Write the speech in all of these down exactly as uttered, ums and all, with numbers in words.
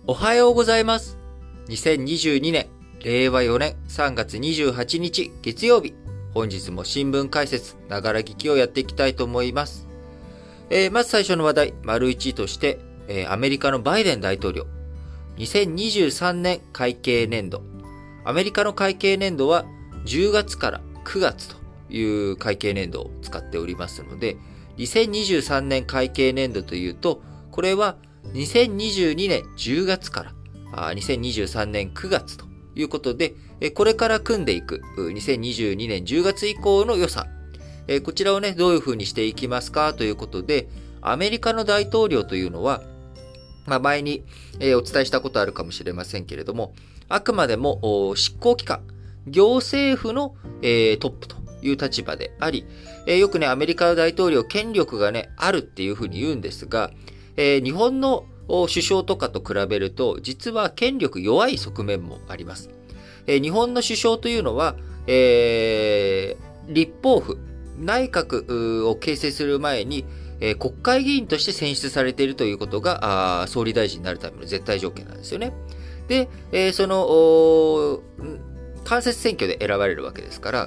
おはようございます。にせんにじゅうにねん、れいわよねんさんがつにじゅうはちにち月曜日。本日も新聞解説、ながら聞きをやっていきたいと思います。えー、まず最初の話題、丸いちとして、えー、アメリカのバイデン大統領。にせんにじゅうさんねん会計年度。アメリカの会計年度はじゅうがつからくがつという会計年度を使っておりますので、にせんにじゅうさんねん会計年度というと、これはにせんにじゅうにねんじゅうがつからにせんにじゅうさんねんくがつということで、これから組んでいくにせんにじゅうにねんじゅうがつ以降の予算、こちらをね、どういうふうにしていきますかということで、アメリカの大統領というのは、まあ、前にお伝えしたことあるかもしれませんけれども、あくまでも執行機関、行政府のトップという立場であり、よくね、アメリカの大統領、権力がね、あるっていうふうに言うんですが、日本の首相とかと比べると、実は権力弱い側面もあります。日本の首相というのは、えー、立法府、内閣を形成する前に、国会議員として選出されているということが、総理大臣になるための絶対条件なんですよね。で、その、間接選挙で選ばれるわけですから、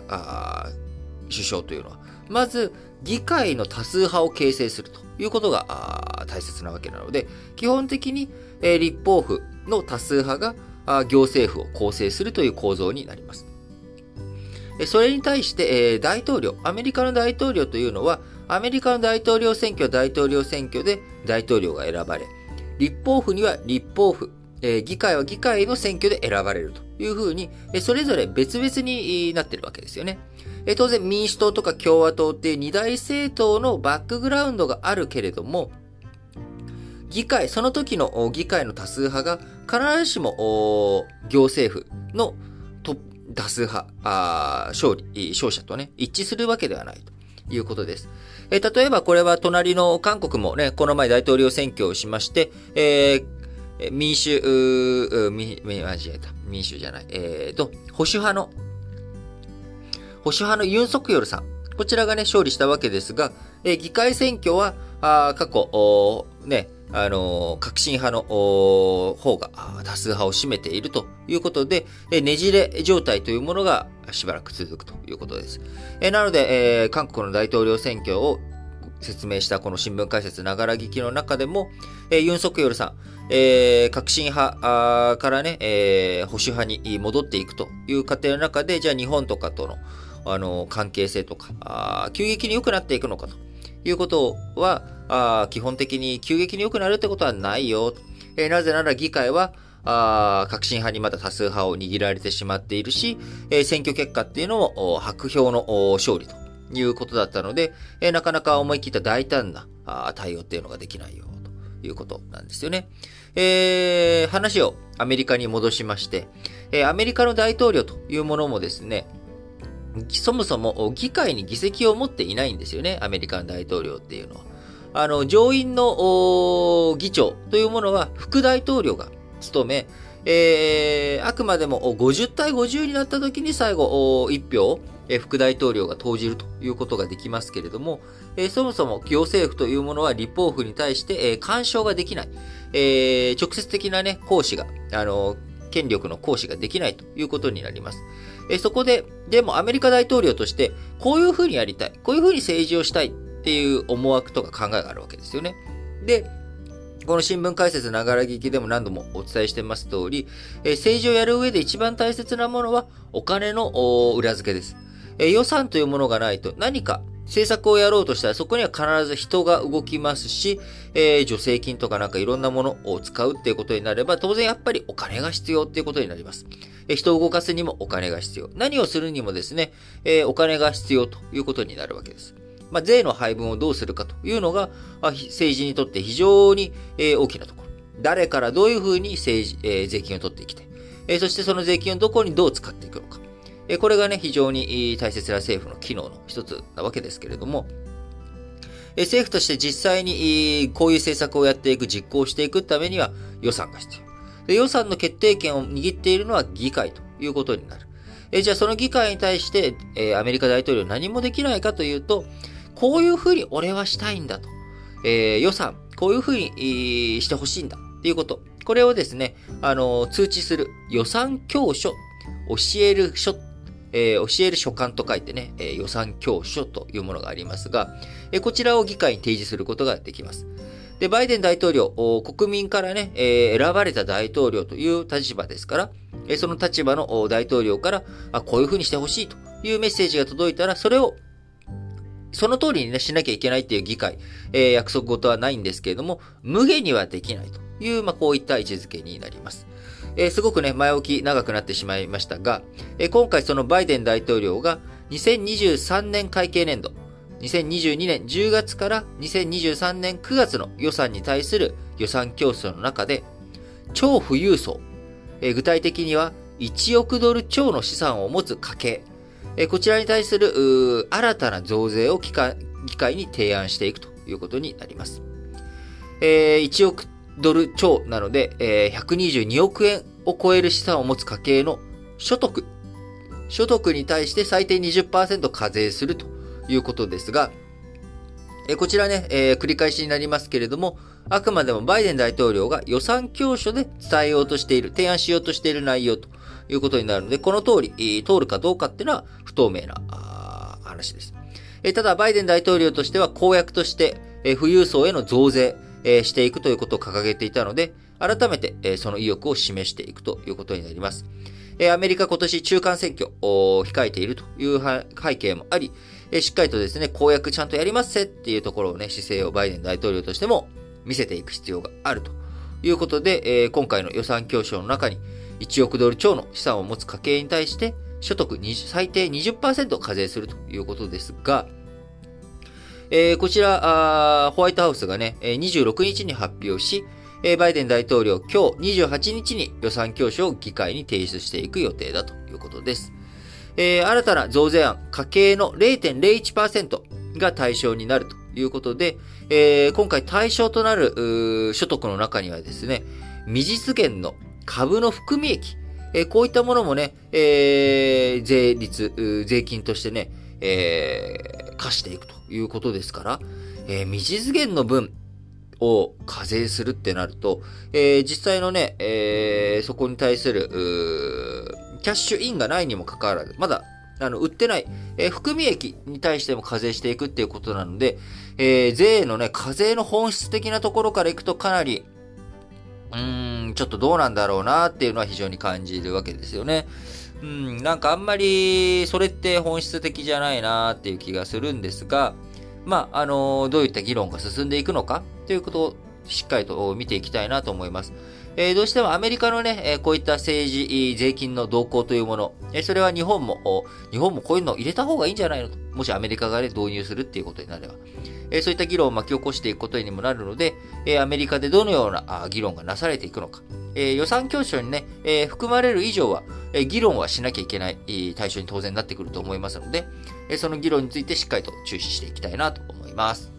首相というのは。まず、議会の多数派を形成するということが大切なわけなので、基本的に立法府の多数派が行政府を構成するという構造になります。それに対して大統領、アメリカの大統領というのは、アメリカの大統領選挙、大統領選挙で大統領が選ばれ、立法府には立法府、議会は議会の選挙で選ばれるというふうに、それぞれ別々になっているわけですよね。当然民主党とか共和党っていう二大政党のバックグラウンドがあるけれども、議会、その時の議会の多数派が必ずしも行政府の多数派、勝利、勝者とね、一致するわけではないということです。例えばこれは隣の韓国もね、この前大統領選挙をしまして、えー、民主、民、間違えた。民主じゃない。えーと、保守派の保守派のユン・ソクヨルさん。こちらがね、勝利したわけですが、えー、議会選挙は、あ過去、ね、あのー、革新派の方が多数派を占めているということで、えー、ねじれ状態というものがしばらく続くということです。えー、なので、えー、韓国の大統領選挙を説明したこの新聞解説ながら聞きの中でも、えー、ユン・ソクヨルさん、えー、革新派からね、えー、保守派に戻っていくという過程の中で、じゃあ日本とかとのあの、関係性とか、あ急激に良くなっていくのかということは、あ基本的に急激に良くなるってことはないよ。えー、なぜなら議会は、あ革新派にまだ多数派を握られてしまっているし、えー、選挙結果っていうのも白票の勝利ということだったので、えー、なかなか思い切った大胆なあ対応っていうのができないよということなんですよね。えー、話をアメリカに戻しまして、えー、アメリカの大統領というものもですね、そもそも議会に議席を持っていないんですよね。アメリカの大統領っていうのは。あの、上院の議長というものは副大統領が務め、えー、あくまでもごじゅうたいごじゅうになった時に最後いち票を副大統領が投じるということができますけれども、そもそも行政府というものは立法府に対して干渉ができない。えー、直接的なね、行使が、あの、権力の行使ができないということになります。えそこで、でもアメリカ大統領として、こういうふうにやりたい、こういうふうに政治をしたいっていう思惑とか考えがあるわけですよね。で、この新聞解説ながら聞きでも何度もお伝えしてます通り、え政治をやる上で一番大切なものはお金の裏付けです。え予算というものがないと何か政策をやろうとしたらそこには必ず人が動きますし、えー、助成金とかなんかいろんなものを使うっていうことになれば、当然やっぱりお金が必要っていうことになります。えー、人を動かすにもお金が必要。何をするにもですね、えー、お金が必要ということになるわけです。まあ、税の配分をどうするかというのが、政治にとって非常に、えー、大きなところ。誰からどういうふうに政治、えー、税金を取ってきて、えー、そしてその税金をどこにどう使っていくのか。これがね、非常に大切な政府の機能の一つなわけですけれども、政府として実際にこういう政策をやっていく、実行していくためには予算が必要。予算の決定権を握っているのは議会ということになる。じゃあその議会に対してアメリカ大統領何もできないかというと、こういうふうに俺はしたいんだと。予算、こういうふうにしてほしいんだっていうこと。 これをですね、あの、通知する予算教書、教える書、えー、教える書簡と書いてね、えー、予算教書というものがありますが、えー、こちらを議会に提示することができます。で、バイデン大統領、国民からね、えー、選ばれた大統領という立場ですから、えー、その立場の大統領から、あ、こういうふうにしてほしいというメッセージが届いたら、それをその通りにね、しなきゃいけないっていう議会、えー、約束事はないんですけれども、無限にはできないという、まあ、こういった位置づけになります。えー、すごくね、前置き長くなってしまいましたが、えー、今回そのバイデン大統領がにせんにじゅうさんねん会計年度、にせんにじゅうにねんじゅうがつからにせんにじゅうさんねんくがつの予算に対する予算競争の中で、超富裕層、えー、具体的にはいちおくドル超の資産を持つ家計、えー、こちらに対する新たな増税を議会に提案していくということになります。えー、いちおくドル超なので、えー、ひゃくにじゅうにおくえんを超える資産を持つ家計の所得、所得に対して最低 にじゅっパーセント 課税するということですが、えー、こちらね、えー、繰り返しになりますけれども、あくまでもバイデン大統領が予算教書で伝えようとしている、提案しようとしている内容ということになるので、この通り、通るかどうかっていうのは不透明な話です。えー、ただ、バイデン大統領としては公約として、えー、富裕層への増税、えー、していくということを掲げていたので、改めて、えー、その意欲を示していくということになります。えー、アメリカ今年中間選挙を控えているという背景もあり、えー、しっかりとですね、公約ちゃんとやりますせっていうところをね、姿勢をバイデン大統領としても見せていく必要があるということで、えー、今回の予算教書の中にいちおくドル超の資産を持つ家計に対して所得最低 にじゅっパーセント 課税するということですが、えー、こちらホワイトハウスがね、にじゅうろくにちに発表し、バイデン大統領今日にじゅうはちにちに予算教書を議会に提出していく予定だということです。えー、新たな増税案、家計の れいてんれいいちパーセント が対象になるということで、えー、今回対象となる所得の中にはですね、未実現の株の含み益、えー、こういったものもね、えー、税率、税金としてね、えー、課していくということですから、えー、未実現の分を課税するってなると、えー、実際のね、えー、そこに対する、キャッシュインがないにもかかわらず、まだ、あの、売ってない、えー、含み益に対しても課税していくっていうことなので、えー、税のね、課税の本質的なところからいくとかなり、うーん、ちょっとどうなんだろうなっていうのは非常に感じるわけですよね。うん、なんかあんまり、それって本質的じゃないなっていう気がするんですが、まあ、あの、どういった議論が進んでいくのかということをしっかりと見ていきたいなと思います。えー、どうしてもアメリカのね、えー、こういった政治、税金の動向というもの、えー、それは日本も、日本もこういうのを入れた方がいいんじゃないのと。もしアメリカがね、導入するっていうことになれば。えー、そういった議論を巻き起こしていくことにもなるので、えー、アメリカでどのようなあ議論がなされていくのか。えー、予算教書にね、えー、含まれる以上は、えー、議論はしなきゃいけない、えー、対象に当然なってくると思いますので、えー、その議論についてしっかりと注視していきたいなと思います。